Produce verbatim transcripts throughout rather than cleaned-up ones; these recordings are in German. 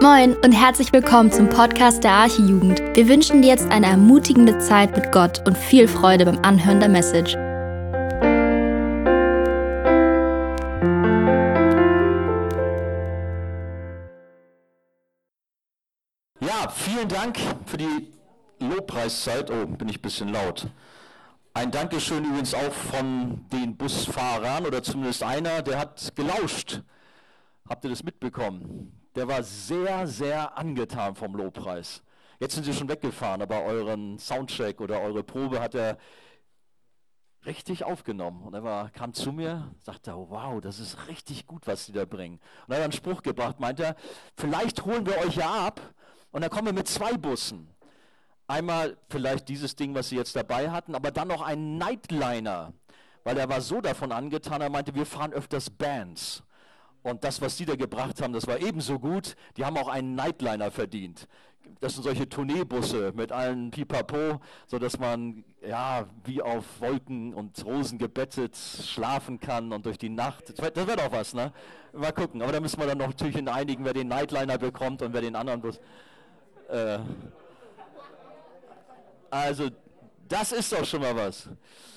Moin und herzlich willkommen zum Podcast der Archijugend. Wir wünschen dir jetzt eine ermutigende Zeit mit Gott und viel Freude beim Anhören der Message. Ja, vielen Dank für die Lobpreiszeit. Oh, bin ich ein bisschen laut. Ein Dankeschön übrigens auch von den Busfahrern oder zumindest einer, der hat gelauscht. Habt ihr das mitbekommen? Der war sehr, sehr angetan vom Lobpreis. Jetzt sind sie schon weggefahren, aber euren Soundcheck oder eure Probe hat er richtig aufgenommen. Und er war, kam zu mir, sagte, wow, das ist richtig gut, was die da bringen. Und er hat einen Spruch gebracht, meint er, vielleicht holen wir euch ja ab und dann kommen wir mit zwei Bussen. Einmal vielleicht dieses Ding, was sie jetzt dabei hatten, aber dann noch einen Nightliner, weil er war so davon angetan, er meinte, wir fahren öfters Bands. Und das, was die da gebracht haben, das war ebenso gut. Die haben auch einen Nightliner verdient. Das sind solche Tourneebusse mit allen Pipapo, sodass man ja wie auf Wolken und Rosen gebettet schlafen kann und durch die Nacht. Das wäre doch was, ne? Mal gucken. Aber da müssen wir dann noch natürlich einigen, wer den Nightliner bekommt und wer den anderen Bus. Äh also, das ist doch schon mal was.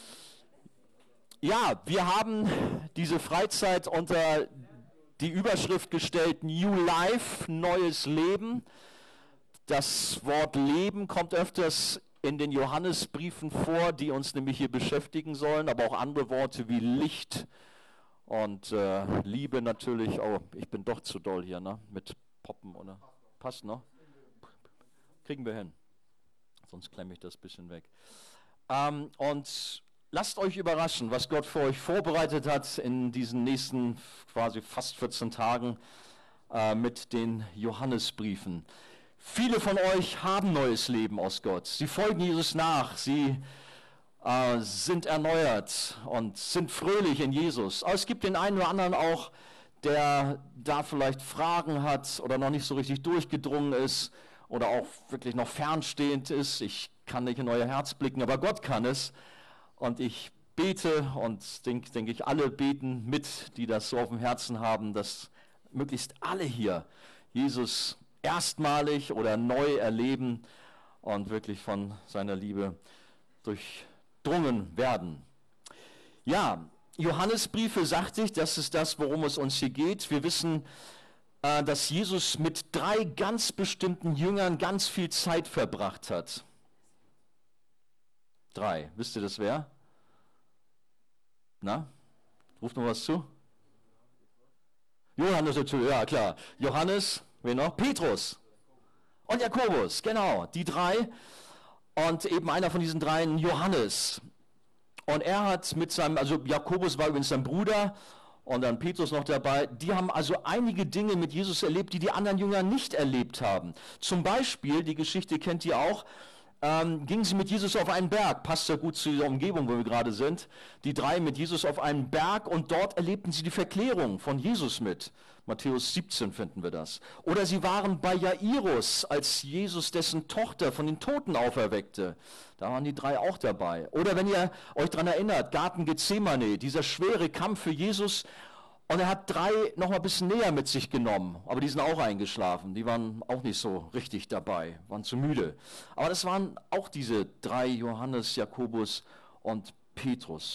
Ja, wir haben diese Freizeit unter die Überschrift gestellt, New Life, neues Leben. Das Wort Leben kommt öfters in den Johannesbriefen vor, die uns nämlich hier beschäftigen sollen, aber auch andere Worte wie Licht und äh, Liebe natürlich. Oh, ich bin doch zu doll hier, ne? Mit Poppen, oder? Passt noch? Kriegen wir hin. Sonst klemme ich das ein bisschen weg. Ähm, und lasst euch überraschen, was Gott für euch vorbereitet hat in diesen nächsten quasi fast vierzehn Tagen äh, mit den Johannesbriefen. Viele von euch haben neues Leben aus Gott. Sie folgen Jesus nach, sie äh, sind erneuert und sind fröhlich in Jesus. Aber es gibt den einen oder anderen auch, der da vielleicht Fragen hat oder noch nicht so richtig durchgedrungen ist oder auch wirklich noch fernstehend ist. Ich kann nicht in euer Herz blicken, aber Gott kann es. Und ich bete und denke, denk ich, alle beten mit, die das so auf dem Herzen haben, dass möglichst alle hier Jesus erstmalig oder neu erleben und wirklich von seiner Liebe durchdrungen werden. Ja, Johannesbriefe, sagte ich, das ist das, worum es uns hier geht. Wir wissen, äh, dass Jesus mit drei ganz bestimmten Jüngern ganz viel Zeit verbracht hat. Drei. Wisst ihr das wer? Na? Ruft noch was zu? Johannes natürlich, ja klar. Johannes, wen noch? Petrus und Jakobus, genau, die drei. Und eben einer von diesen dreien, Johannes. Und er hat mit seinem, also Jakobus war übrigens sein Bruder und dann Petrus noch dabei, die haben also einige Dinge mit Jesus erlebt, die die anderen Jünger nicht erlebt haben. Zum Beispiel, die Geschichte kennt ihr auch, Ähm, gingen sie mit Jesus auf einen Berg, passt ja gut zu der Umgebung, wo wir gerade sind, die drei mit Jesus auf einen Berg und dort erlebten sie die Verklärung von Jesus mit. Matthäus siebzehn finden wir das. Oder sie waren bei Jairus, als Jesus dessen Tochter von den Toten auferweckte. Da waren die drei auch dabei. Oder wenn ihr euch daran erinnert, Garten Gethsemane, dieser schwere Kampf für Jesus. Und er hat drei noch mal ein bisschen näher mit sich genommen, aber die sind auch eingeschlafen, die waren auch nicht so richtig dabei, waren zu müde. Aber das waren auch diese drei, Johannes, Jakobus und Petrus.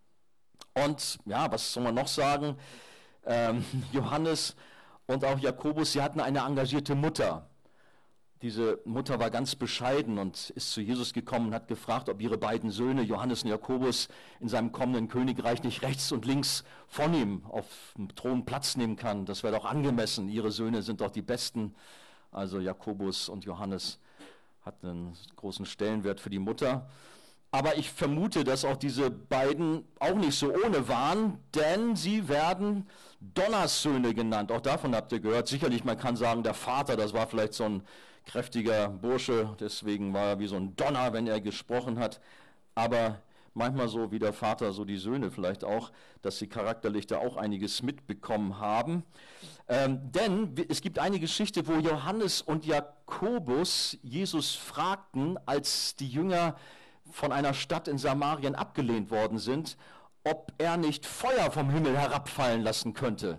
Und ja, was soll man noch sagen? Ähm, Johannes und auch Jakobus, sie hatten eine engagierte Mutter. Diese Mutter war ganz bescheiden und ist zu Jesus gekommen und hat gefragt, ob ihre beiden Söhne, Johannes und Jakobus, in seinem kommenden Königreich nicht rechts und links von ihm auf dem Thron Platz nehmen kann. Das wäre doch angemessen. Ihre Söhne sind doch die Besten. Also Jakobus und Johannes hatten einen großen Stellenwert für die Mutter. Aber ich vermute, dass auch diese beiden auch nicht so ohne waren, denn sie werden Donnersöhne genannt. Auch davon habt ihr gehört. Sicherlich, man kann sagen, der Vater, das war vielleicht so ein kräftiger Bursche, deswegen war er wie so ein Donner, wenn er gesprochen hat. Aber manchmal so wie der Vater, so die Söhne vielleicht auch, dass sie charakterlich da auch einiges mitbekommen haben. Ähm, denn es gibt eine Geschichte, wo Johannes und Jakobus Jesus fragten, als die Jünger von einer Stadt in Samarien abgelehnt worden sind, ob er nicht Feuer vom Himmel herabfallen lassen könnte. Ich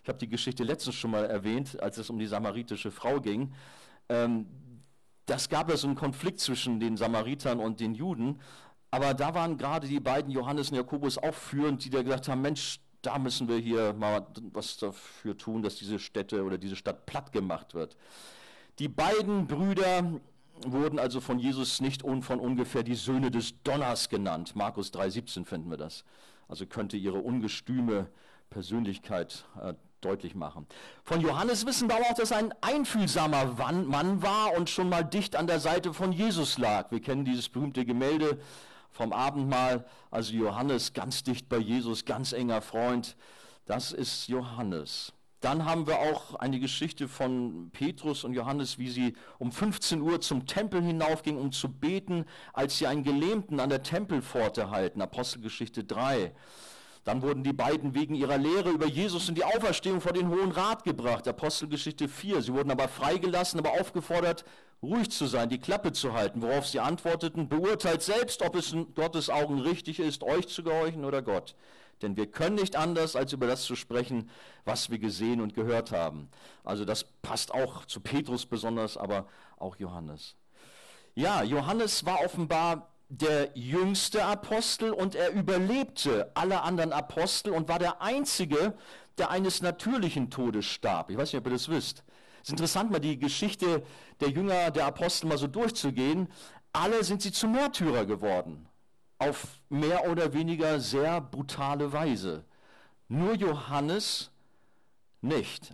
Ich habe die Geschichte letztens schon mal erwähnt, als es um die samaritische Frau ging. Ähm, das gab ja so einen Konflikt zwischen den Samaritern und den Juden, aber da waren gerade die beiden, Johannes und Jakobus, auch führend, die da gesagt haben, Mensch, da müssen wir hier mal was dafür tun, dass diese Städte oder diese Stadt platt gemacht wird. Die beiden Brüder wurden also von Jesus nicht un, von ungefähr die Söhne des Donners genannt. Markus drei siebzehn finden wir das. Also könnte ihre ungestüme Persönlichkeit äh, deutlich machen. Von Johannes wissen wir aber auch, dass er ein einfühlsamer Mann war und schon mal dicht an der Seite von Jesus lag. Wir kennen dieses berühmte Gemälde vom Abendmahl, also Johannes ganz dicht bei Jesus, ganz enger Freund. Das ist Johannes. Dann haben wir auch eine Geschichte von Petrus und Johannes, wie sie um fünfzehn Uhr zum Tempel hinaufgingen, um zu beten, als sie einen Gelähmten an der Tempelpforte halten. Apostelgeschichte drei. Dann wurden die beiden wegen ihrer Lehre über Jesus und die Auferstehung vor den Hohen Rat gebracht. Apostelgeschichte vier. Sie wurden aber freigelassen, aber aufgefordert, ruhig zu sein, die Klappe zu halten, worauf sie antworteten, beurteilt selbst, ob es in Gottes Augen richtig ist, euch zu gehorchen oder Gott. Denn wir können nicht anders, als über das zu sprechen, was wir gesehen und gehört haben. Also das passt auch zu Petrus besonders, aber auch Johannes. Ja, Johannes war offenbar der jüngste Apostel und er überlebte alle anderen Apostel und war der Einzige, der eines natürlichen Todes starb. Ich weiß nicht, ob ihr das wisst. Es ist interessant, mal die Geschichte der Jünger, der Apostel mal so durchzugehen. Alle sind sie zu Märtyrer geworden. Auf mehr oder weniger sehr brutale Weise. Nur Johannes nicht.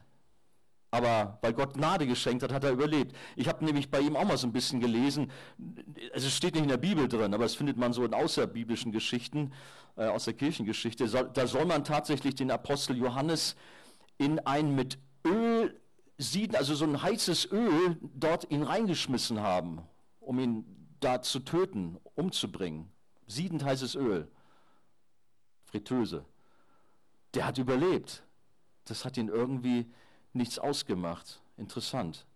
Aber weil Gott Gnade geschenkt hat, hat er überlebt. Ich habe nämlich bei ihm auch mal so ein bisschen gelesen, also es steht nicht in der Bibel drin, aber es findet man so in außerbiblischen Geschichten, äh, aus der Kirchengeschichte. So, da soll man tatsächlich den Apostel Johannes in ein mit Öl sieden, also so ein heißes Öl, dort ihn reingeschmissen haben, um ihn da zu töten, umzubringen. Siedend heißes Öl. Fritteuse. Der hat überlebt. Das hat ihn irgendwie nichts ausgemacht. Interessant.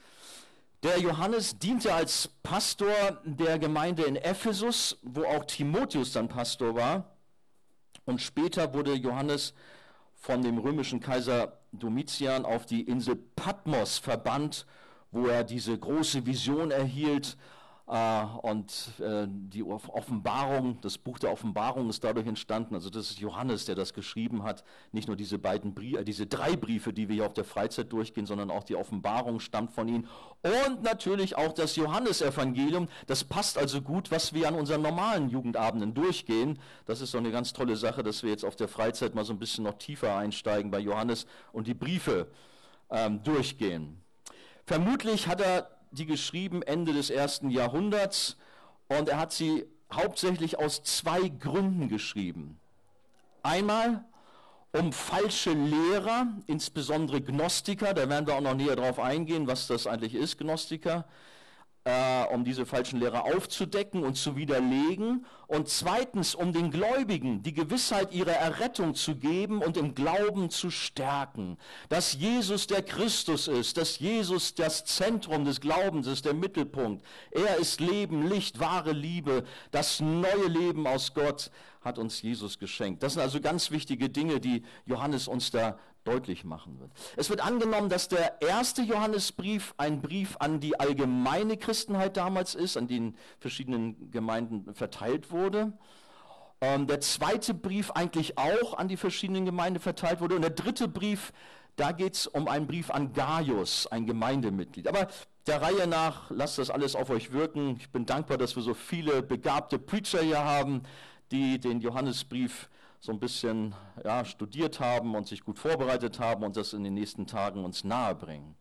Der Johannes diente als Pastor der Gemeinde in Ephesus, wo auch Timotheus dann Pastor war. Und später wurde Johannes von dem römischen Kaiser Domitian auf die Insel Patmos verbannt, wo er diese große Vision erhielt. Und die Offenbarung, das Buch der Offenbarung ist dadurch entstanden. Also das ist Johannes, der das geschrieben hat. Nicht nur diese beiden Briefe, diese drei Briefe, die wir hier auf der Freizeit durchgehen, sondern auch die Offenbarung stammt von ihm. Und natürlich auch das Johannesevangelium. Das passt also gut, was wir an unseren normalen Jugendabenden durchgehen. Das ist doch eine ganz tolle Sache, dass wir jetzt auf der Freizeit mal so ein bisschen noch tiefer einsteigen bei Johannes und die Briefe ähm, durchgehen. Vermutlich hat er die geschrieben Ende des ersten Jahrhunderts und er hat sie hauptsächlich aus zwei Gründen geschrieben. Einmal um falsche Lehrer, insbesondere Gnostiker, da werden wir auch noch näher drauf eingehen, was das eigentlich ist, Gnostiker, äh, um diese falschen Lehrer aufzudecken und zu widerlegen. Und zweitens, um den Gläubigen die Gewissheit ihrer Errettung zu geben und im Glauben zu stärken. Dass Jesus der Christus ist, dass Jesus das Zentrum des Glaubens ist, der Mittelpunkt. Er ist Leben, Licht, wahre Liebe. Das neue Leben aus Gott hat uns Jesus geschenkt. Das sind also ganz wichtige Dinge, die Johannes uns da deutlich machen wird. Es wird angenommen, dass der erste Johannesbrief ein Brief an die allgemeine Christenheit damals ist, an den verschiedenen Gemeinden verteilt wurde. Ähm, der zweite Brief eigentlich auch an die verschiedenen Gemeinden verteilt wurde. Und der dritte Brief, da geht es um einen Brief an Gaius, ein Gemeindemitglied. Aber der Reihe nach, lasst das alles auf euch wirken. Ich bin dankbar, dass wir so viele begabte Preacher hier haben, die den Johannesbrief so ein bisschen ja, studiert haben und sich gut vorbereitet haben und das in den nächsten Tagen uns nahe bringen.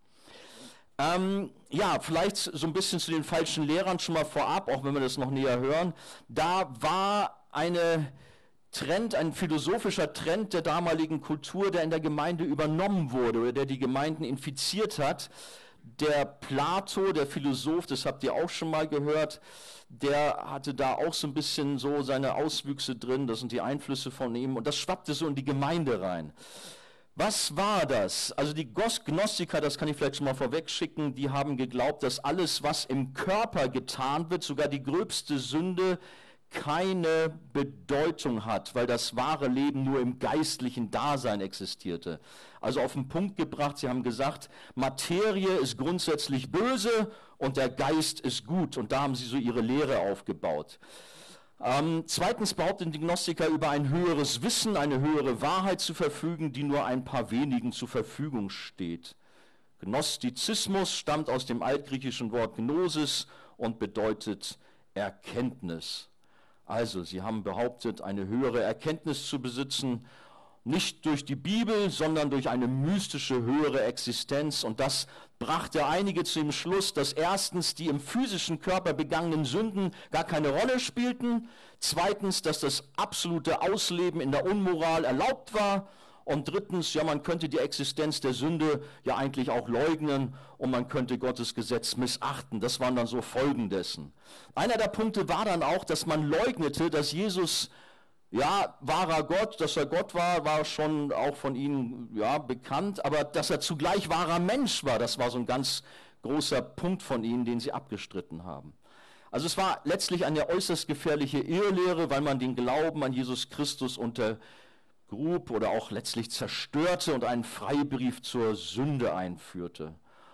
Ähm, ja, vielleicht so ein bisschen zu den falschen Lehrern schon mal vorab, auch wenn wir das noch näher hören. Da war eine Trend, ein philosophischer Trend der damaligen Kultur, der in der Gemeinde übernommen wurde oder der die Gemeinden infiziert hat. Der Plato, der Philosoph, das habt ihr auch schon mal gehört, der hatte da auch so ein bisschen so seine Auswüchse drin, das sind die Einflüsse von ihm und das schwappte so in die Gemeinde rein. Was war das? Also die Gnostiker, das kann ich vielleicht schon mal vorweg schicken, die haben geglaubt, dass alles, was im Körper getan wird, sogar die gröbste Sünde, keine Bedeutung hat, weil das wahre Leben nur im geistlichen Dasein existierte. Also auf den Punkt gebracht, sie haben gesagt, Materie ist grundsätzlich böse und der Geist ist gut. Und da haben sie so ihre Lehre aufgebaut. Ähm, zweitens behaupten die Gnostiker, über ein höheres Wissen, eine höhere Wahrheit zu verfügen, die nur ein paar wenigen zur Verfügung steht. Gnostizismus stammt aus dem altgriechischen Wort Gnosis und bedeutet Erkenntnis. Also, sie haben behauptet, eine höhere Erkenntnis zu besitzen, nicht durch die Bibel, sondern durch eine mystische höhere Existenz. Und das brachte einige zu dem Schluss, dass erstens die im physischen Körper begangenen Sünden gar keine Rolle spielten, zweitens, dass das absolute Ausleben in der Unmoral erlaubt war, und drittens, ja, man könnte die Existenz der Sünde ja eigentlich auch leugnen und man könnte Gottes Gesetz missachten. Das waren dann so Folgen dessen. Einer der Punkte war dann auch, dass man leugnete, dass Jesus, ja, wahrer Gott, dass er Gott war, war schon auch von ihnen, ja, bekannt, aber dass er zugleich wahrer Mensch war, das war so ein ganz großer Punkt von ihnen, den sie abgestritten haben. Also es war letztlich eine äußerst gefährliche Irrlehre, weil man den Glauben an Jesus Christus unter grub oder auch letztlich zerstörte und einen Freibrief zur Sünde einführte.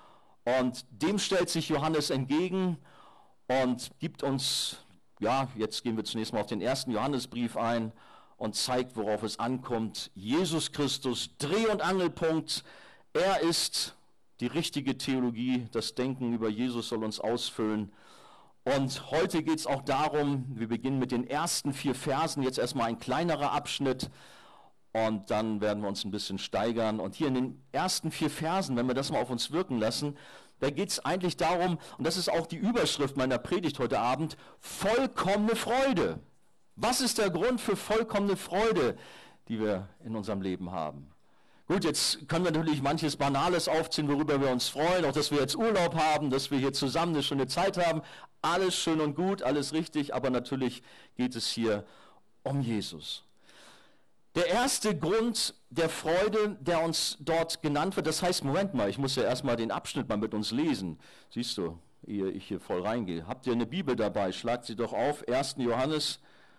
Und dem stellt sich Johannes entgegen und gibt uns, ja, jetzt gehen wir zunächst mal auf den ersten Johannesbrief ein und zeigt, worauf es ankommt. Jesus Christus, Dreh- und Angelpunkt, er ist die richtige Theologie, das Denken über Jesus soll uns ausfüllen. Und heute geht es auch darum, wir beginnen mit den ersten vier Versen, jetzt erstmal ein kleinerer Abschnitt, und dann werden wir uns ein bisschen steigern. Und hier in den ersten vier Versen, wenn wir das mal auf uns wirken lassen, da geht es eigentlich darum, und das ist auch die Überschrift meiner Predigt heute Abend, vollkommene Freude. Was ist der Grund für vollkommene Freude, die wir in unserem Leben haben? Gut, jetzt können wir natürlich manches Banales aufziehen, worüber wir uns freuen, auch dass wir jetzt Urlaub haben, dass wir hier zusammen eine schöne Zeit haben. Alles schön und gut, alles richtig, aber natürlich geht es hier um Jesus. Der erste Grund der Freude, der uns dort genannt wird, das heißt, Moment mal, ich muss ja erstmal den Abschnitt mal mit uns lesen. Siehst du, ehe ich hier voll reingehe. Habt ihr eine Bibel dabei? Schlagt sie doch auf, ersten Johannes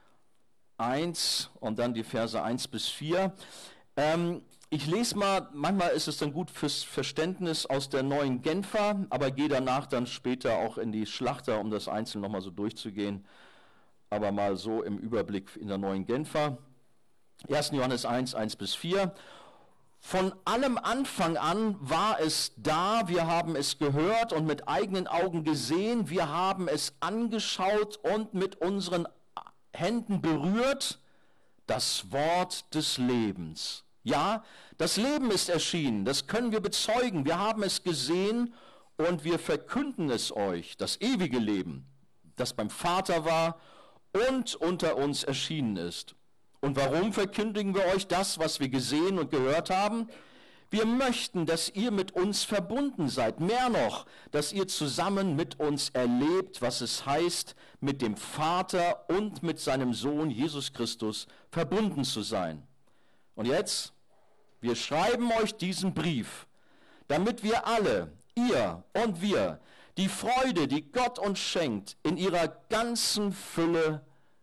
eins und dann die Verse eins bis vier. Ähm, ich lese mal, manchmal ist es dann gut fürs Verständnis aus der neuen Genfer, aber gehe danach dann später auch in die Schlachter, um das einzeln nochmal so durchzugehen. Aber mal so im Überblick in der neuen Genfer. ersten Johannes eins, eins bis vier. Von allem Anfang an war es da, wir haben es gehört und mit eigenen Augen gesehen, wir haben es angeschaut und mit unseren Händen berührt, das Wort des Lebens. Ja, das Leben ist erschienen, das können wir bezeugen, wir haben es gesehen und wir verkünden es euch, das ewige Leben, das beim Vater war und unter uns erschienen ist. Und warum verkündigen wir euch das, was wir gesehen und gehört haben? Wir möchten, dass ihr mit uns verbunden seid. Mehr noch, dass ihr zusammen mit uns erlebt, was es heißt, mit dem Vater und mit seinem Sohn Jesus Christus verbunden zu sein. Und jetzt, wir schreiben euch diesen Brief, damit wir alle, ihr und wir, die Freude, die Gott uns schenkt, in ihrer ganzen Fülle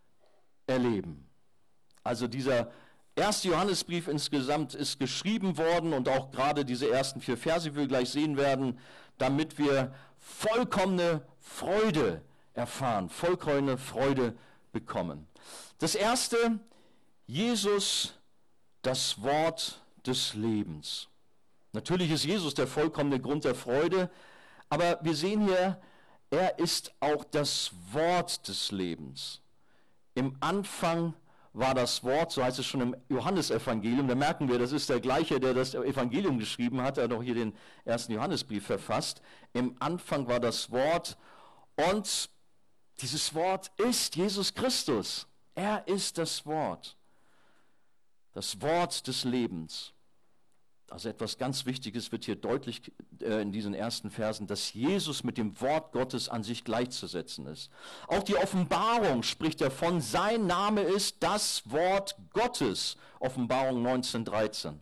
erleben. Also dieser erste Johannesbrief insgesamt ist geschrieben worden und auch gerade diese ersten vier Verse, die wir gleich sehen werden, damit wir vollkommene Freude erfahren, vollkommene Freude bekommen. Das erste, Jesus, das Wort des Lebens. Natürlich ist Jesus der vollkommene Grund der Freude, aber wir sehen hier, er ist auch das Wort des Lebens. Im Anfang war das Wort, so heißt es schon im Johannesevangelium, da merken wir, das ist der gleiche, der das Evangelium geschrieben hat, der hat auch hier den ersten Johannesbrief verfasst. Im Anfang war das Wort und dieses Wort ist Jesus Christus. Er ist das Wort, das Wort des Lebens. Also etwas ganz Wichtiges wird hier deutlich äh, in diesen ersten Versen, dass Jesus mit dem Wort Gottes an sich gleichzusetzen ist. Auch die Offenbarung spricht davon, sein Name ist das Wort Gottes. Offenbarung neunzehn, dreizehn.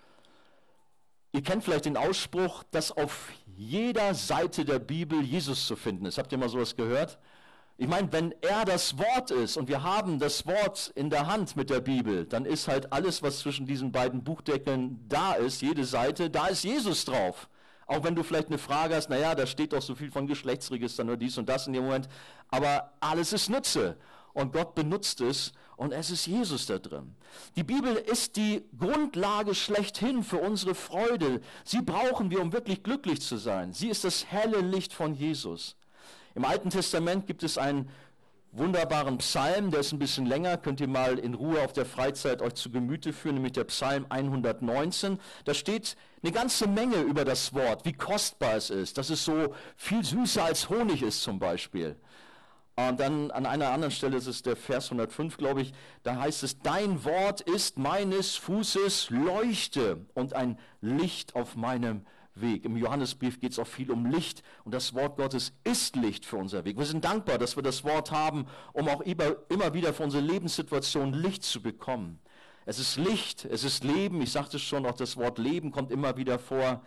Ihr kennt vielleicht den Ausspruch, dass auf jeder Seite der Bibel Jesus zu finden ist. Habt ihr mal sowas gehört? Ich meine, wenn er das Wort ist und wir haben das Wort in der Hand mit der Bibel, dann ist halt alles, was zwischen diesen beiden Buchdeckeln da ist, jede Seite, da ist Jesus drauf. Auch wenn du vielleicht eine Frage hast, naja, da steht doch so viel von Geschlechtsregistern oder dies und das in dem Moment, aber alles ist Nütze und Gott benutzt es und es ist Jesus da drin. Die Bibel ist die Grundlage schlechthin für unsere Freude. Sie brauchen wir, um wirklich glücklich zu sein. Sie ist das helle Licht von Jesus. Im Alten Testament gibt es einen wunderbaren Psalm, der ist ein bisschen länger, könnt ihr mal in Ruhe auf der Freizeit euch zu Gemüte führen, nämlich der Psalm hundertneunzehn. Da steht eine ganze Menge über das Wort, wie kostbar es ist, dass es so viel süßer als Honig ist zum Beispiel. Und dann an einer anderen Stelle, das ist der Vers hundertfünf, glaube ich, da heißt es, dein Wort ist meines Fußes Leuchte und ein Licht auf meinem Weg. Im Johannesbrief geht es auch viel um Licht und das Wort Gottes ist Licht für unser Weg. Wir sind dankbar, dass wir das Wort haben, um auch immer wieder für unsere Lebenssituation Licht zu bekommen. Es ist Licht, es ist Leben. Ich sagte schon, auch das Wort Leben kommt immer wieder vor.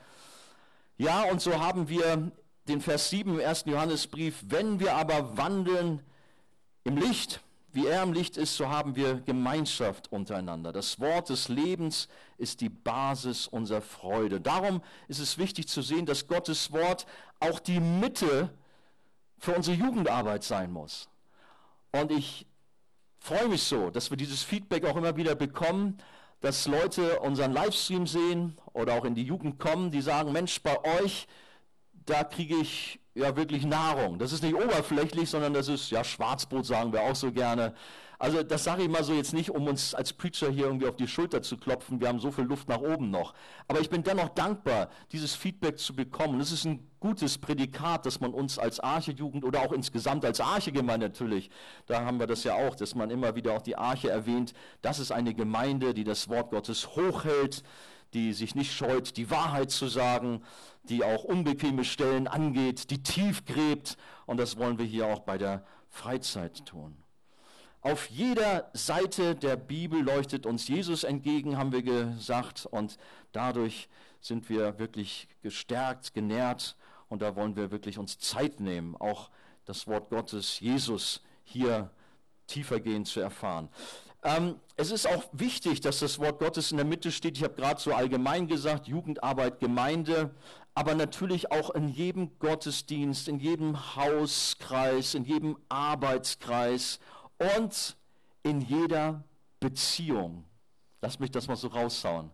Ja, und so haben wir den Vers sieben im ersten Johannesbrief, wenn wir aber wandeln im Licht, wie er im Licht ist, so haben wir Gemeinschaft untereinander. Das Wort des Lebens ist die Basis unserer Freude. Darum ist es wichtig zu sehen, dass Gottes Wort auch die Mitte für unsere Jugendarbeit sein muss. Und ich freue mich so, dass wir dieses Feedback auch immer wieder bekommen, dass Leute unseren Livestream sehen oder auch in die Jugend kommen, die sagen, Mensch, bei euch, da kriege ich ja wirklich Nahrung. Das ist nicht oberflächlich, sondern das ist, ja, Schwarzbrot sagen wir auch so gerne. Also das sage ich mal so jetzt nicht, um uns als Preacher hier irgendwie auf die Schulter zu klopfen. Wir haben so viel Luft nach oben noch. Aber ich bin dennoch dankbar, dieses Feedback zu bekommen. Das ist ein gutes Prädikat, dass man uns als Arche-Jugend oder auch insgesamt als Arche-Gemeinde natürlich, da haben wir das ja auch, dass man immer wieder auch die Arche erwähnt. Das ist eine Gemeinde, die das Wort Gottes hochhält, die sich nicht scheut, die Wahrheit zu sagen, die auch unbequeme Stellen angeht, die tief gräbt. Und das wollen wir hier auch bei der Freizeit tun. Auf jeder Seite der Bibel leuchtet uns Jesus entgegen, haben wir gesagt. Und dadurch sind wir wirklich gestärkt, genährt. Und da wollen wir wirklich uns Zeit nehmen, auch das Wort Gottes, Jesus, hier tiefergehend zu erfahren. Ähm, es ist auch wichtig, dass das Wort Gottes in der Mitte steht. Ich habe gerade so allgemein gesagt, Jugendarbeit, Gemeinde, aber natürlich auch in jedem Gottesdienst, in jedem Hauskreis, in jedem Arbeitskreis und in jeder Beziehung. Lass mich das mal so raushauen.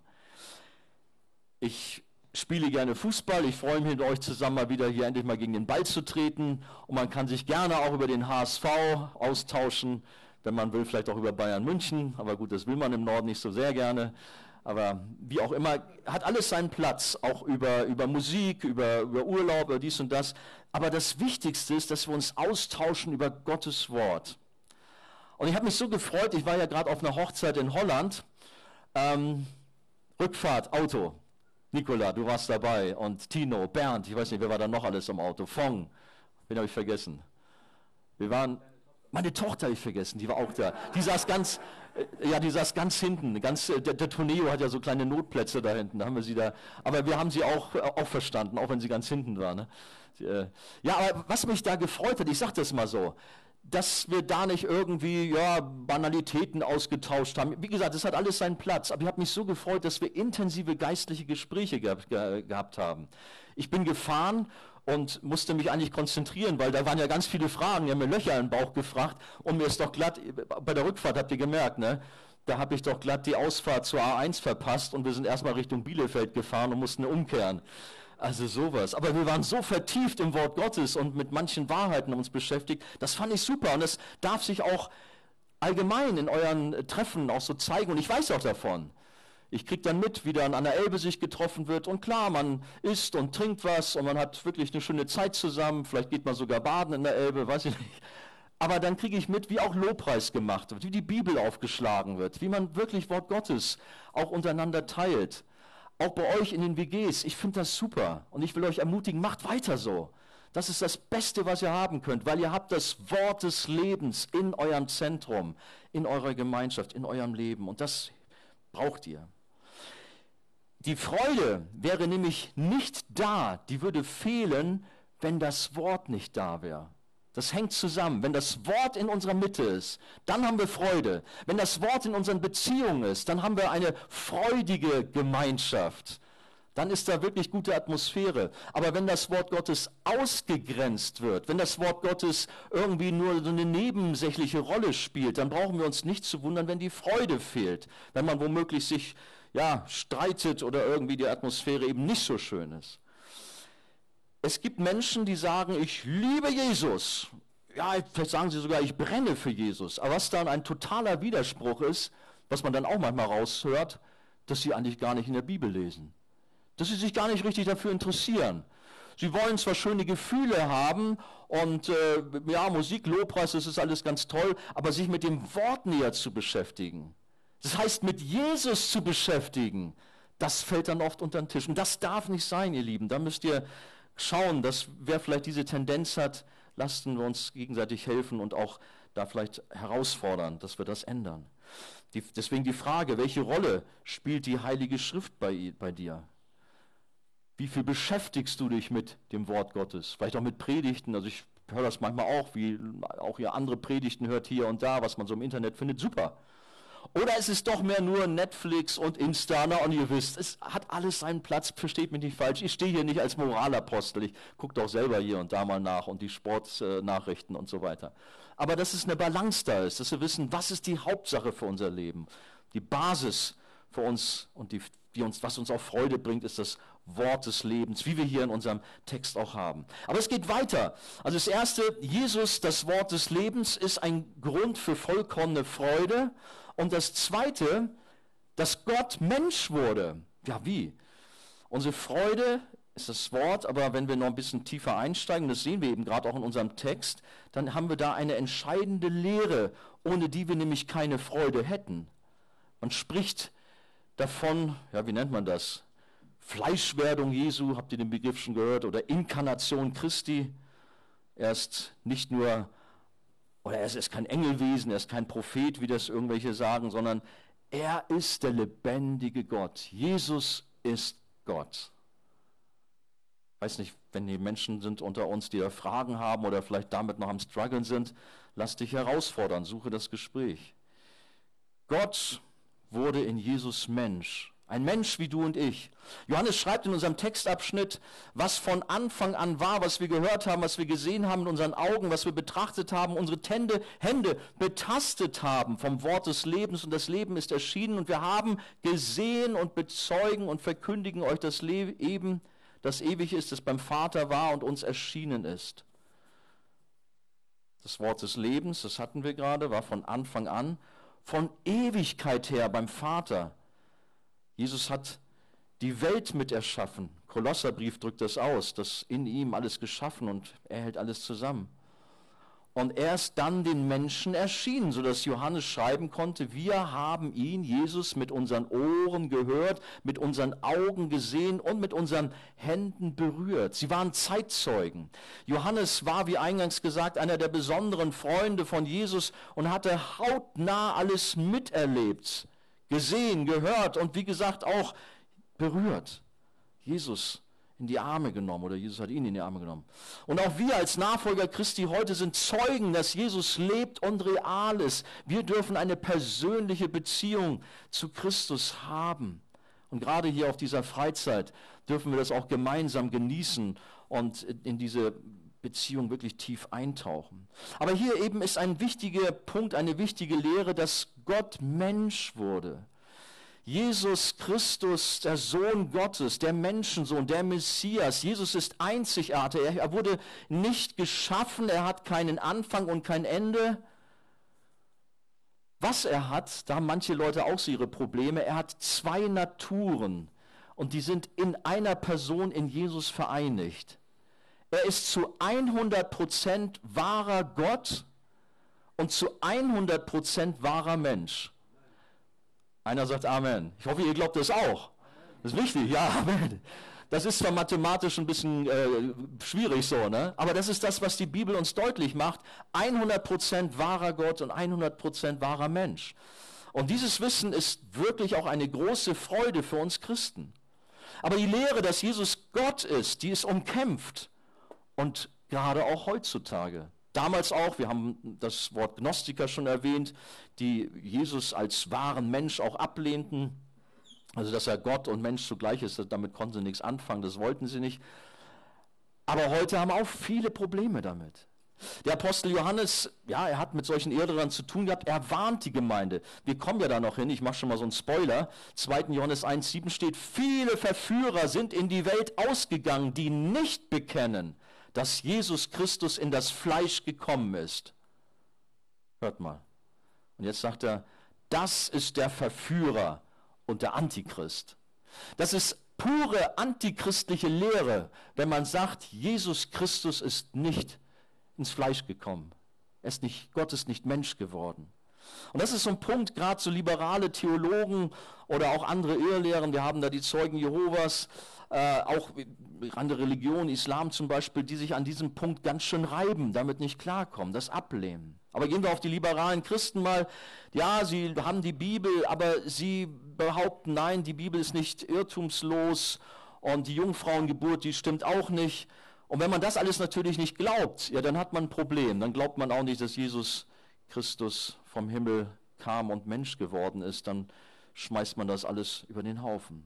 Ich spiele gerne Fußball, ich freue mich mit euch zusammen mal wieder hier endlich mal gegen den Ball zu treten und man kann sich gerne auch über den H S V austauschen. Wenn man will, vielleicht auch über Bayern München, aber gut, das will man im Norden nicht so sehr gerne. Aber wie auch immer, hat alles seinen Platz, auch über, über Musik, über, über Urlaub, über dies und das. Aber das Wichtigste ist, dass wir uns austauschen über Gottes Wort. Und ich habe mich so gefreut, ich war ja gerade auf einer Hochzeit in Holland, ähm, Rückfahrt, Auto. Nicola, du warst dabei und Tino, Bernd, ich weiß nicht, wer war da noch alles im Auto, Fong, wen habe ich vergessen? Wir waren... Meine Tochter habe ich vergessen, die war auch da. Die saß ganz, äh, ja, die saß ganz hinten. Ganz, äh, der, der Toneo hat ja so kleine Notplätze da hinten. Da haben wir sie da. Aber wir haben sie auch, äh, auch verstanden, auch wenn sie ganz hinten war. Ne? Die, äh, ja, aber was mich da gefreut hat, ich sage das mal so, dass wir da nicht irgendwie ja, Banalitäten ausgetauscht haben. Wie gesagt, das hat alles seinen Platz. Aber ich habe mich so gefreut, dass wir intensive geistliche Gespräche ge ge gehabt haben. Ich bin gefahren und musste mich eigentlich konzentrieren, weil da waren ja ganz viele Fragen, die haben mir Löcher im Bauch gefragt und mir ist doch glatt, bei der Rückfahrt habt ihr gemerkt, ne? Da habe ich doch glatt die Ausfahrt zur A eins verpasst und wir sind erstmal Richtung Bielefeld gefahren und mussten umkehren. Also sowas. Aber wir waren so vertieft im Wort Gottes und mit manchen Wahrheiten uns beschäftigt, das fand ich super und das darf sich auch allgemein in euren Treffen auch so zeigen und ich weiß auch davon. Ich kriege dann mit, wie dann an der Elbe sich getroffen wird und klar, man isst und trinkt was und man hat wirklich eine schöne Zeit zusammen, vielleicht geht man sogar baden in der Elbe, weiß ich nicht. Aber dann kriege ich mit, wie auch Lobpreis gemacht wird, wie die Bibel aufgeschlagen wird, wie man wirklich Wort Gottes auch untereinander teilt. Auch bei euch in den W Gs, ich finde das super und ich will euch ermutigen, macht weiter so. Das ist das Beste, was ihr haben könnt, weil ihr habt das Wort des Lebens in eurem Zentrum, in eurer Gemeinschaft, in eurem Leben und das braucht ihr. Die Freude wäre nämlich nicht da, die würde fehlen, wenn das Wort nicht da wäre. Das hängt zusammen. Wenn das Wort in unserer Mitte ist, dann haben wir Freude. Wenn das Wort in unseren Beziehungen ist, dann haben wir eine freudige Gemeinschaft. Dann ist da wirklich gute Atmosphäre. Aber wenn das Wort Gottes ausgegrenzt wird, wenn das Wort Gottes irgendwie nur so eine nebensächliche Rolle spielt, dann brauchen wir uns nicht zu wundern, wenn die Freude fehlt. Wenn man womöglich sich ja, streitet oder irgendwie die Atmosphäre eben nicht so schön ist. Es gibt Menschen, die sagen, ich liebe Jesus. Ja, vielleicht sagen sie sogar, ich brenne für Jesus. Aber was dann ein totaler Widerspruch ist, was man dann auch manchmal raushört, dass sie eigentlich gar nicht in der Bibel lesen. Dass sie sich gar nicht richtig dafür interessieren. Sie wollen zwar schöne Gefühle haben und äh, ja, Musik, Lobpreis, das ist alles ganz toll, aber sich mit dem Wort näher zu beschäftigen, das heißt mit Jesus zu beschäftigen, das fällt dann oft unter den Tisch. Und das darf nicht sein, ihr Lieben. Da müsst ihr schauen, dass wer vielleicht diese Tendenz hat, lassen wir uns gegenseitig helfen und auch da vielleicht herausfordern, dass wir das ändern. Die, deswegen die Frage, welche Rolle spielt die Heilige Schrift bei, bei dir? Wie viel beschäftigst du dich mit dem Wort Gottes? Vielleicht auch mit Predigten. Also ich höre das manchmal auch, wie auch ihr andere Predigten hört hier und da, was man so im Internet findet. Super. Oder ist es doch mehr nur Netflix und Insta? Na, und ihr wisst, es hat alles seinen Platz, versteht mich nicht falsch. Ich stehe hier nicht als Moralapostel. Ich gucke doch selber hier und da mal nach und die Sportnachrichten und so weiter. Aber dass es eine Balance da ist, dass wir wissen, was ist die Hauptsache für unser Leben? Die Basis für uns und die, die uns, was uns auch Freude bringt, ist das Wort des Lebens, wie wir hier in unserem Text auch haben. Aber es geht weiter. Also das erste, Jesus, das Wort des Lebens, ist ein Grund für vollkommene Freude. Und das zweite, dass Gott Mensch wurde. Ja, wie? Unsere Freude ist das Wort, aber wenn wir noch ein bisschen tiefer einsteigen, das sehen wir eben gerade auch in unserem Text, dann haben wir da eine entscheidende Lehre, ohne die wir nämlich keine Freude hätten. Man spricht davon, ja, wie nennt man das? Fleischwerdung Jesu, habt ihr den Begriff schon gehört? Oder Inkarnation Christi. Er ist nicht nur, oder er ist, er ist kein Engelwesen, er ist kein Prophet, wie das irgendwelche sagen, sondern er ist der lebendige Gott. Jesus ist Gott. Ich weiß nicht, wenn die Menschen sind unter uns, die da Fragen haben oder vielleicht damit noch am Struggeln sind, lass dich herausfordern, suche das Gespräch. Gott wurde in Jesus Mensch. Ein Mensch wie du und ich. Johannes schreibt in unserem Textabschnitt, was von Anfang an war, was wir gehört haben, was wir gesehen haben mit unseren Augen, was wir betrachtet haben, unsere Hände, Hände betastet haben vom Wort des Lebens und das Leben ist erschienen und wir haben gesehen und bezeugen und verkündigen euch das Leben, das ewig ist, das beim Vater war und uns erschienen ist. Das Wort des Lebens, das hatten wir gerade, war von Anfang an, von Ewigkeit her beim Vater. Jesus hat die Welt mit erschaffen. Kolosserbrief drückt das aus, dass in ihm alles geschaffen und er hält alles zusammen. Und er ist dann den Menschen erschienen, sodass Johannes schreiben konnte, wir haben ihn, Jesus, mit unseren Ohren gehört, mit unseren Augen gesehen und mit unseren Händen berührt. Sie waren Zeitzeugen. Johannes war, wie eingangs gesagt, einer der besonderen Freunde von Jesus und hatte hautnah alles miterlebt, gesehen, gehört und wie gesagt auch berührt. Jesus in die Arme genommen oder Jesus hat ihn in die Arme genommen. Und auch wir als Nachfolger Christi heute sind Zeugen, dass Jesus lebt und real ist. Wir dürfen eine persönliche Beziehung zu Christus haben. Und gerade hier auf dieser Freizeit dürfen wir das auch gemeinsam genießen und in diese Beziehung wirklich tief eintauchen. Aber hier eben ist ein wichtiger Punkt, eine wichtige Lehre, dass Gott Mensch wurde. Jesus Christus, der Sohn Gottes, der Menschensohn, der Messias. Jesus ist einzigartig. Er wurde nicht geschaffen, er hat keinen Anfang und kein Ende. Was er hat, da haben manche Leute auch so ihre Probleme, er hat zwei Naturen und die sind in einer Person in Jesus vereinigt. Er ist zu hundert Prozent wahrer Gott und zu hundert Prozent wahrer Mensch. Einer sagt Amen. Ich hoffe, ihr glaubt das auch. Das ist wichtig, ja, Amen. Das ist zwar mathematisch ein bisschen äh, schwierig so, ne? Aber das ist das, was die Bibel uns deutlich macht. hundert Prozent wahrer Gott und hundert Prozent wahrer Mensch. Und dieses Wissen ist wirklich auch eine große Freude für uns Christen. Aber die Lehre, dass Jesus Gott ist, die ist umkämpft. Und gerade auch heutzutage. Damals auch, wir haben das Wort Gnostiker schon erwähnt, die Jesus als wahren Mensch auch ablehnten. Also dass er Gott und Mensch zugleich ist, damit konnten sie nichts anfangen, das wollten sie nicht. Aber heute haben auch viele Probleme damit. Der Apostel Johannes, ja, er hat mit solchen Irrlehrern zu tun gehabt, er warnt die Gemeinde. Wir kommen ja da noch hin, ich mache schon mal so einen Spoiler. zweiter Johannes eins sieben steht, viele Verführer sind in die Welt ausgegangen, die nicht bekennen, dass Jesus Christus in das Fleisch gekommen ist. Hört mal. Und jetzt sagt er, das ist der Verführer und der Antichrist. Das ist pure antichristliche Lehre, wenn man sagt, Jesus Christus ist nicht ins Fleisch gekommen. Er ist nicht, Gott ist nicht Mensch geworden. Und das ist so ein Punkt, gerade so liberale Theologen oder auch andere Irrlehren, wir haben da die Zeugen Jehovas, äh, auch andere Religionen, Islam zum Beispiel, die sich an diesem Punkt ganz schön reiben, damit nicht klarkommen, das ablehnen. Aber gehen wir auf die liberalen Christen mal, ja, sie haben die Bibel, aber sie behaupten, nein, die Bibel ist nicht irrtumslos und die Jungfrauengeburt, die stimmt auch nicht. Und wenn man das alles natürlich nicht glaubt, ja, dann hat man ein Problem. Dann glaubt man auch nicht, dass Jesus Christus vom Himmel kam und Mensch geworden ist. Dann schmeißt man das alles über den Haufen.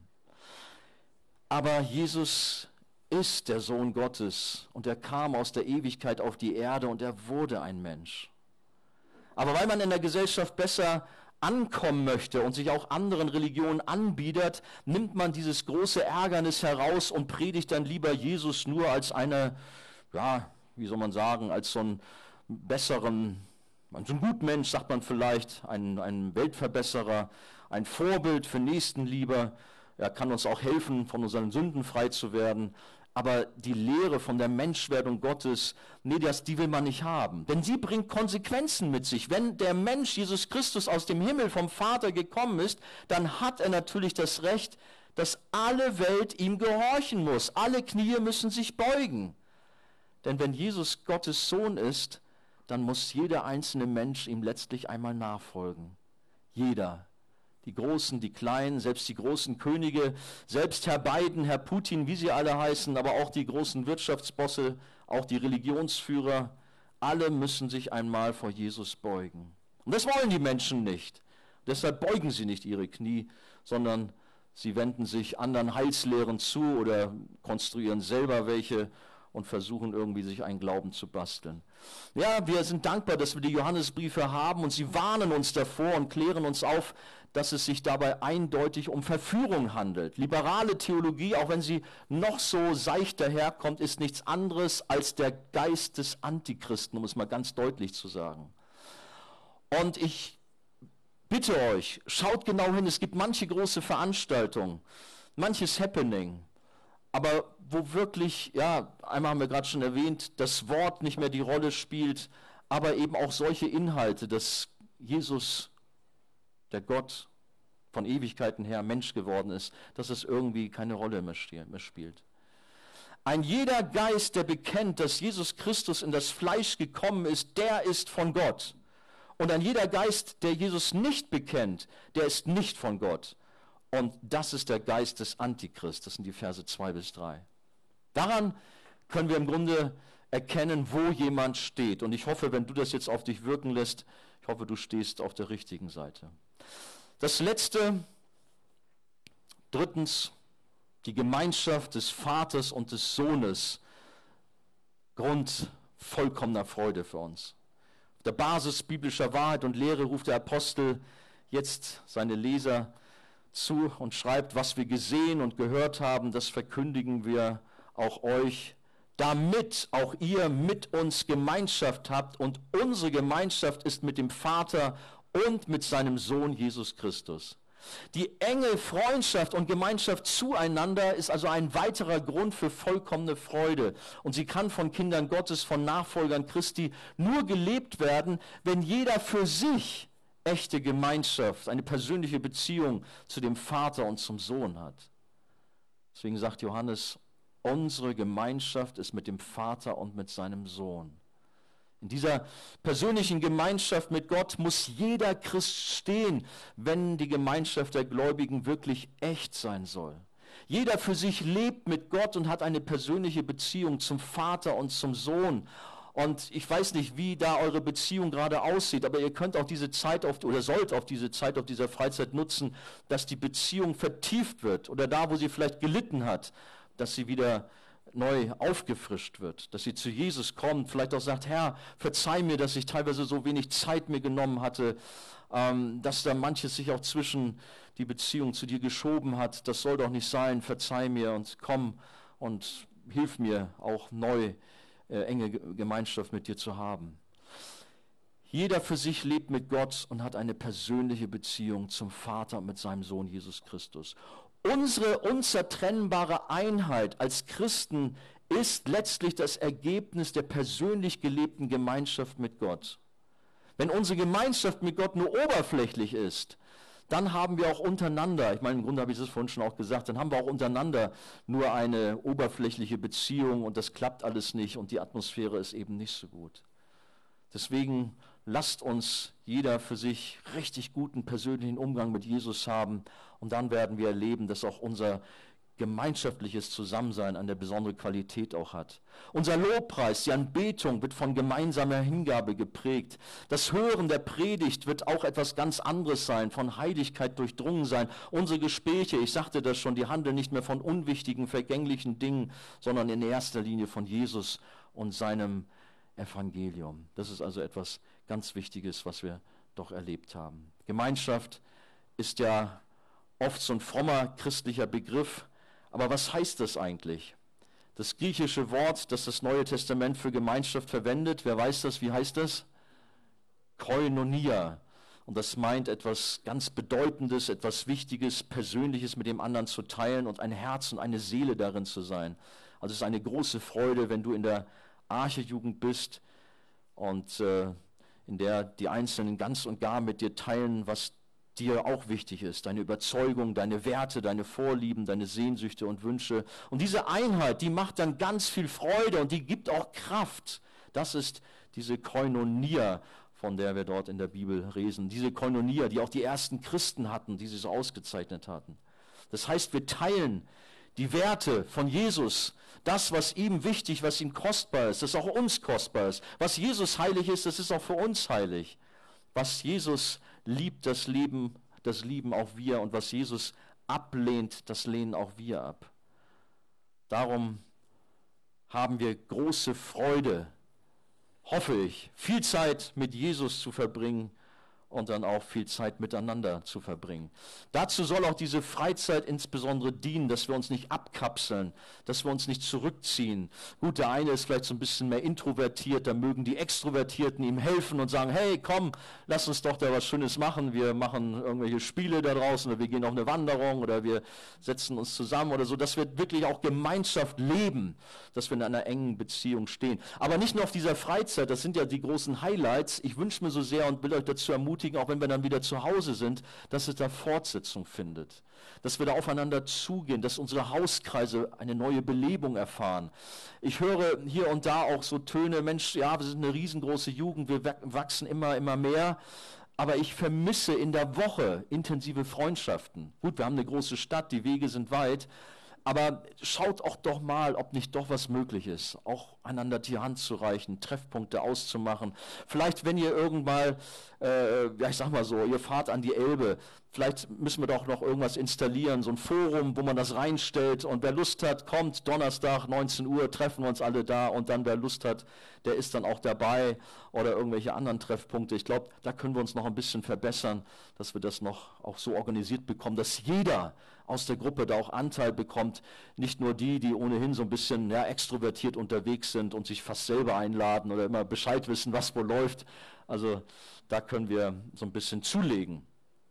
Aber Jesus ist der Sohn Gottes und er kam aus der Ewigkeit auf die Erde und er wurde ein Mensch. Aber weil man in der Gesellschaft besser ankommen möchte und sich auch anderen Religionen anbietet, nimmt man dieses große Ärgernis heraus und predigt dann lieber Jesus nur als eine, ja, wie soll man sagen, als so einen besseren, so einen Gutmensch, sagt man vielleicht, ein, ein Weltverbesserer, ein Vorbild für Nächstenliebe. Er kann uns auch helfen, von unseren Sünden frei zu werden. Aber die Lehre von der Menschwerdung Gottes, nee, das, die will man nicht haben. Denn sie bringt Konsequenzen mit sich. Wenn der Mensch Jesus Christus aus dem Himmel vom Vater gekommen ist, dann hat er natürlich das Recht, dass alle Welt ihm gehorchen muss. Alle Knie müssen sich beugen. Denn wenn Jesus Gottes Sohn ist, dann muss jeder einzelne Mensch ihm letztlich einmal nachfolgen. Jeder. Die Großen, die Kleinen, selbst die großen Könige, selbst Herr Biden, Herr Putin, wie sie alle heißen, aber auch die großen Wirtschaftsbosse, auch die Religionsführer, alle müssen sich einmal vor Jesus beugen. Und das wollen die Menschen nicht. Deshalb beugen sie nicht ihre Knie, sondern sie wenden sich anderen Heilslehren zu oder konstruieren selber welche und versuchen irgendwie sich einen Glauben zu basteln. Ja, wir sind dankbar, dass wir die Johannesbriefe haben und sie warnen uns davor und klären uns auf, dass es sich dabei eindeutig um Verführung handelt. Liberale Theologie, auch wenn sie noch so seicht daherkommt, ist nichts anderes als der Geist des Antichristen, um es mal ganz deutlich zu sagen. Und ich bitte euch, schaut genau hin, es gibt manche große Veranstaltungen, manches Happening, aber wo wirklich, ja, einmal haben wir gerade schon erwähnt, das Wort nicht mehr die Rolle spielt, aber eben auch solche Inhalte, dass Jesus, der Gott von Ewigkeiten her Mensch geworden ist, dass es irgendwie keine Rolle mehr spielt. Ein jeder Geist, der bekennt, dass Jesus Christus in das Fleisch gekommen ist, der ist von Gott. Und ein jeder Geist, der Jesus nicht bekennt, der ist nicht von Gott. Und das ist der Geist des Antichrist. Das sind die Verse zwei bis drei. Daran können wir im Grunde erkennen, wo jemand steht. Und ich hoffe, wenn du das jetzt auf dich wirken lässt, ich hoffe, du stehst auf der richtigen Seite. Das Letzte, drittens, die Gemeinschaft des Vaters und des Sohnes. Grund vollkommener Freude für uns. Auf der Basis biblischer Wahrheit und Lehre ruft der Apostel jetzt seine Leser zu und schreibt, was wir gesehen und gehört haben, das verkündigen wir auch euch, damit auch ihr mit uns Gemeinschaft habt, und unsere Gemeinschaft ist mit dem Vater und mit seinem Sohn Jesus Christus. Die enge Freundschaft und Gemeinschaft zueinander ist also ein weiterer Grund für vollkommene Freude. Und sie kann von Kindern Gottes, von Nachfolgern Christi nur gelebt werden, wenn jeder für sich echte Gemeinschaft, eine persönliche Beziehung zu dem Vater und zum Sohn hat. Deswegen sagt Johannes, unsere Gemeinschaft ist mit dem Vater und mit seinem Sohn. In dieser persönlichen Gemeinschaft mit Gott muss jeder Christ stehen, wenn die Gemeinschaft der Gläubigen wirklich echt sein soll. Jeder für sich lebt mit Gott und hat eine persönliche Beziehung zum Vater und zum Sohn. Und ich weiß nicht, wie da eure Beziehung gerade aussieht, aber ihr könnt auch diese Zeit auf, oder sollt auch diese Zeit auf dieser Freizeit nutzen, dass die Beziehung vertieft wird oder da, wo sie vielleicht gelitten hat, dass sie wieder neu aufgefrischt wird, dass sie zu Jesus kommt, vielleicht auch sagt, Herr, verzeih mir, dass ich teilweise so wenig Zeit mir genommen hatte, ähm, dass da manches sich auch zwischen die Beziehung zu dir geschoben hat, das soll doch nicht sein, verzeih mir und komm und hilf mir auch neu äh, enge Gemeinschaft mit dir zu haben. Jeder für sich lebt mit Gott und hat eine persönliche Beziehung zum Vater und mit seinem Sohn Jesus Christus. Unsere unzertrennbare Einheit als Christen ist letztlich das Ergebnis der persönlich gelebten Gemeinschaft mit Gott. Wenn unsere Gemeinschaft mit Gott nur oberflächlich ist, dann haben wir auch untereinander, ich meine, im Grunde habe ich das vorhin schon auch gesagt, dann haben wir auch untereinander nur eine oberflächliche Beziehung und das klappt alles nicht und die Atmosphäre ist eben nicht so gut. Deswegen lasst uns jeder für sich richtig guten persönlichen Umgang mit Jesus haben und dann werden wir erleben, dass auch unser gemeinschaftliches Zusammensein eine besondere Qualität auch hat. Unser Lobpreis, die Anbetung wird von gemeinsamer Hingabe geprägt. Das Hören der Predigt wird auch etwas ganz anderes sein, von Heiligkeit durchdrungen sein. Unsere Gespräche, ich sagte das schon, die handeln nicht mehr von unwichtigen, vergänglichen Dingen, sondern in erster Linie von Jesus und seinem Evangelium. Das ist also etwas ganz Wichtiges, was wir doch erlebt haben. Gemeinschaft ist ja oft so ein frommer christlicher Begriff, aber was heißt das eigentlich? Das griechische Wort, das das Neue Testament für Gemeinschaft verwendet, wer weiß das, wie heißt das? Koinonia. Und das meint etwas ganz Bedeutendes, etwas Wichtiges, Persönliches mit dem anderen zu teilen und ein Herz und eine Seele darin zu sein. Also es ist eine große Freude, wenn du in der Arche-Jugend bist und äh, in der die Einzelnen ganz und gar mit dir teilen, was dir auch wichtig ist, deine Überzeugung, deine Werte, deine Vorlieben, deine Sehnsüchte und Wünsche. Und diese Einheit, die macht dann ganz viel Freude und die gibt auch Kraft. Das ist diese Koinonia, von der wir dort in der Bibel lesen. Diese Koinonia, die auch die ersten Christen hatten, die sie so ausgezeichnet hatten. Das heißt, wir teilen die Werte von Jesus, das, was ihm wichtig, was ihm kostbar ist, das auch uns kostbar ist. Was Jesus heilig ist, das ist auch für uns heilig. Was Jesus liebt, das Leben, das lieben auch wir. Und was Jesus ablehnt, das lehnen auch wir ab. Darum haben wir große Freude, hoffe ich, viel Zeit mit Jesus zu verbringen und dann auch viel Zeit miteinander zu verbringen. Dazu soll auch diese Freizeit insbesondere dienen, dass wir uns nicht abkapseln, dass wir uns nicht zurückziehen. Gut, der eine ist vielleicht so ein bisschen mehr introvertiert, da mögen die Extrovertierten ihm helfen und sagen, hey, komm, lass uns doch da was Schönes machen. Wir machen irgendwelche Spiele da draußen oder wir gehen auf eine Wanderung oder wir setzen uns zusammen oder so, dass wir wirklich auch Gemeinschaft leben, dass wir in einer engen Beziehung stehen. Aber nicht nur auf dieser Freizeit, das sind ja die großen Highlights. Ich wünsche mir so sehr und will euch dazu ermutigen, auch wenn wir dann wieder zu Hause sind, dass es da Fortsetzung findet. Dass wir da aufeinander zugehen, dass unsere Hauskreise eine neue Belebung erfahren. Ich höre hier und da auch so Töne, Mensch, ja, wir sind eine riesengroße Jugend, wir wachsen immer, immer mehr. Aber ich vermisse in der Woche intensive Freundschaften. Gut, wir haben eine große Stadt, die Wege sind weit. Aber schaut auch doch mal, ob nicht doch was möglich ist, auch einander die Hand zu reichen, Treffpunkte auszumachen. Vielleicht, wenn ihr irgendwann, äh, ja ich sag mal so, ihr fahrt an die Elbe, vielleicht müssen wir doch noch irgendwas installieren, so ein Forum, wo man das reinstellt und wer Lust hat, kommt, Donnerstag, neunzehn Uhr, treffen wir uns alle da und dann wer Lust hat, der ist dann auch dabei oder irgendwelche anderen Treffpunkte. Ich glaube, da können wir uns noch ein bisschen verbessern, dass wir das noch auch so organisiert bekommen, dass jeder aus der Gruppe da auch Anteil bekommt, nicht nur die, die ohnehin so ein bisschen ja, extrovertiert unterwegs sind und sich fast selber einladen oder immer Bescheid wissen, was wo läuft. Also da können wir so ein bisschen zulegen.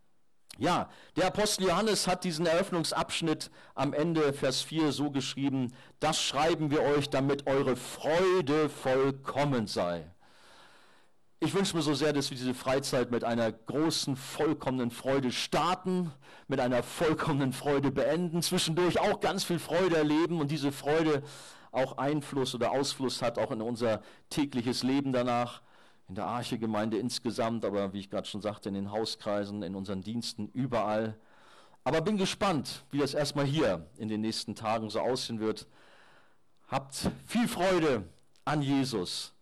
Ja, der Apostel Johannes hat diesen Eröffnungsabschnitt am Ende, Vers vier, so geschrieben, das schreiben wir euch, damit eure Freude vollkommen sei. Ich wünsche mir so sehr, dass wir diese Freizeit mit einer großen, vollkommenen Freude starten, mit einer vollkommenen Freude beenden, zwischendurch auch ganz viel Freude erleben und diese Freude auch Einfluss oder Ausfluss hat, auch in unser tägliches Leben danach, in der Arche-Gemeinde insgesamt, aber wie ich gerade schon sagte, in den Hauskreisen, in unseren Diensten, überall. Aber bin gespannt, wie das erstmal hier in den nächsten Tagen so aussehen wird. Habt viel Freude an Jesus.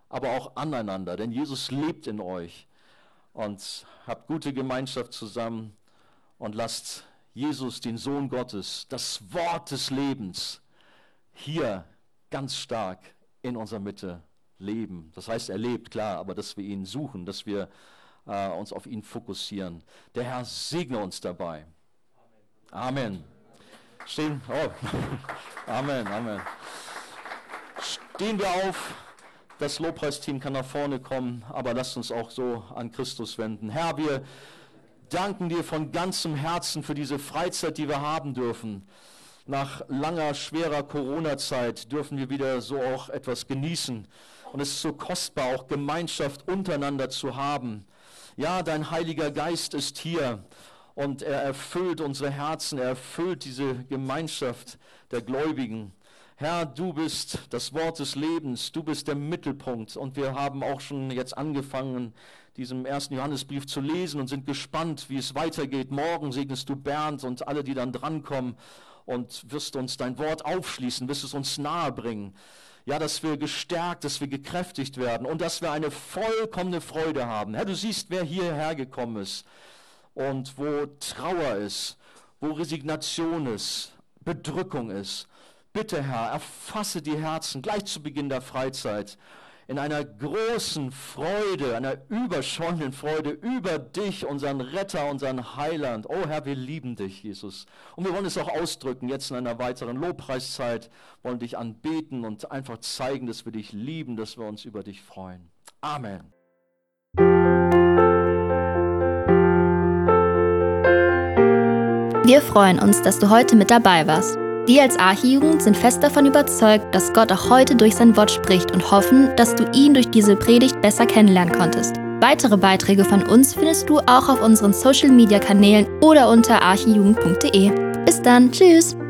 aber auch aneinander, denn Jesus lebt in euch. Und habt gute Gemeinschaft zusammen und lasst Jesus, den Sohn Gottes, das Wort des Lebens, hier ganz stark in unserer Mitte leben. Das heißt, er lebt, klar, aber dass wir ihn suchen, dass wir äh, uns auf ihn fokussieren. Der Herr segne uns dabei. Amen. Stehen, oh. Amen, Amen. Stehen wir auf. Das Lobpreisteam kann nach vorne kommen, aber lasst uns auch so an Christus wenden. Herr, wir danken dir von ganzem Herzen für diese Freizeit, die wir haben dürfen. Nach langer, schwerer Corona-Zeit dürfen wir wieder so auch etwas genießen. Und es ist so kostbar, auch Gemeinschaft untereinander zu haben. Ja, dein Heiliger Geist ist hier und er erfüllt unsere Herzen, er erfüllt diese Gemeinschaft der Gläubigen. Herr, du bist das Wort des Lebens, du bist der Mittelpunkt und wir haben auch schon jetzt angefangen, diesem ersten Johannesbrief zu lesen und sind gespannt, wie es weitergeht. Morgen segnest du Bernd und alle, die dann drankommen und wirst uns dein Wort aufschließen, wirst es uns nahe bringen. Ja, dass wir gestärkt, dass wir gekräftigt werden und dass wir eine vollkommene Freude haben. Herr, du siehst, wer hierher gekommen ist und wo Trauer ist, wo Resignation ist, Bedrückung ist. Bitte, Herr, erfasse die Herzen gleich zu Beginn der Freizeit in einer großen Freude, einer überschäumenden Freude über dich, unseren Retter, unseren Heiland. Oh Herr, wir lieben dich, Jesus. Und wir wollen es auch ausdrücken, jetzt in einer weiteren Lobpreiszeit, wollen dich anbeten und einfach zeigen, dass wir dich lieben, dass wir uns über dich freuen. Amen. Wir freuen uns, dass du heute mit dabei warst. Wir als Archijugend sind fest davon überzeugt, dass Gott auch heute durch sein Wort spricht und hoffen, dass du ihn durch diese Predigt besser kennenlernen konntest. Weitere Beiträge von uns findest du auch auf unseren Social-Media-Kanälen oder unter archijugend punkt de. Bis dann, tschüss!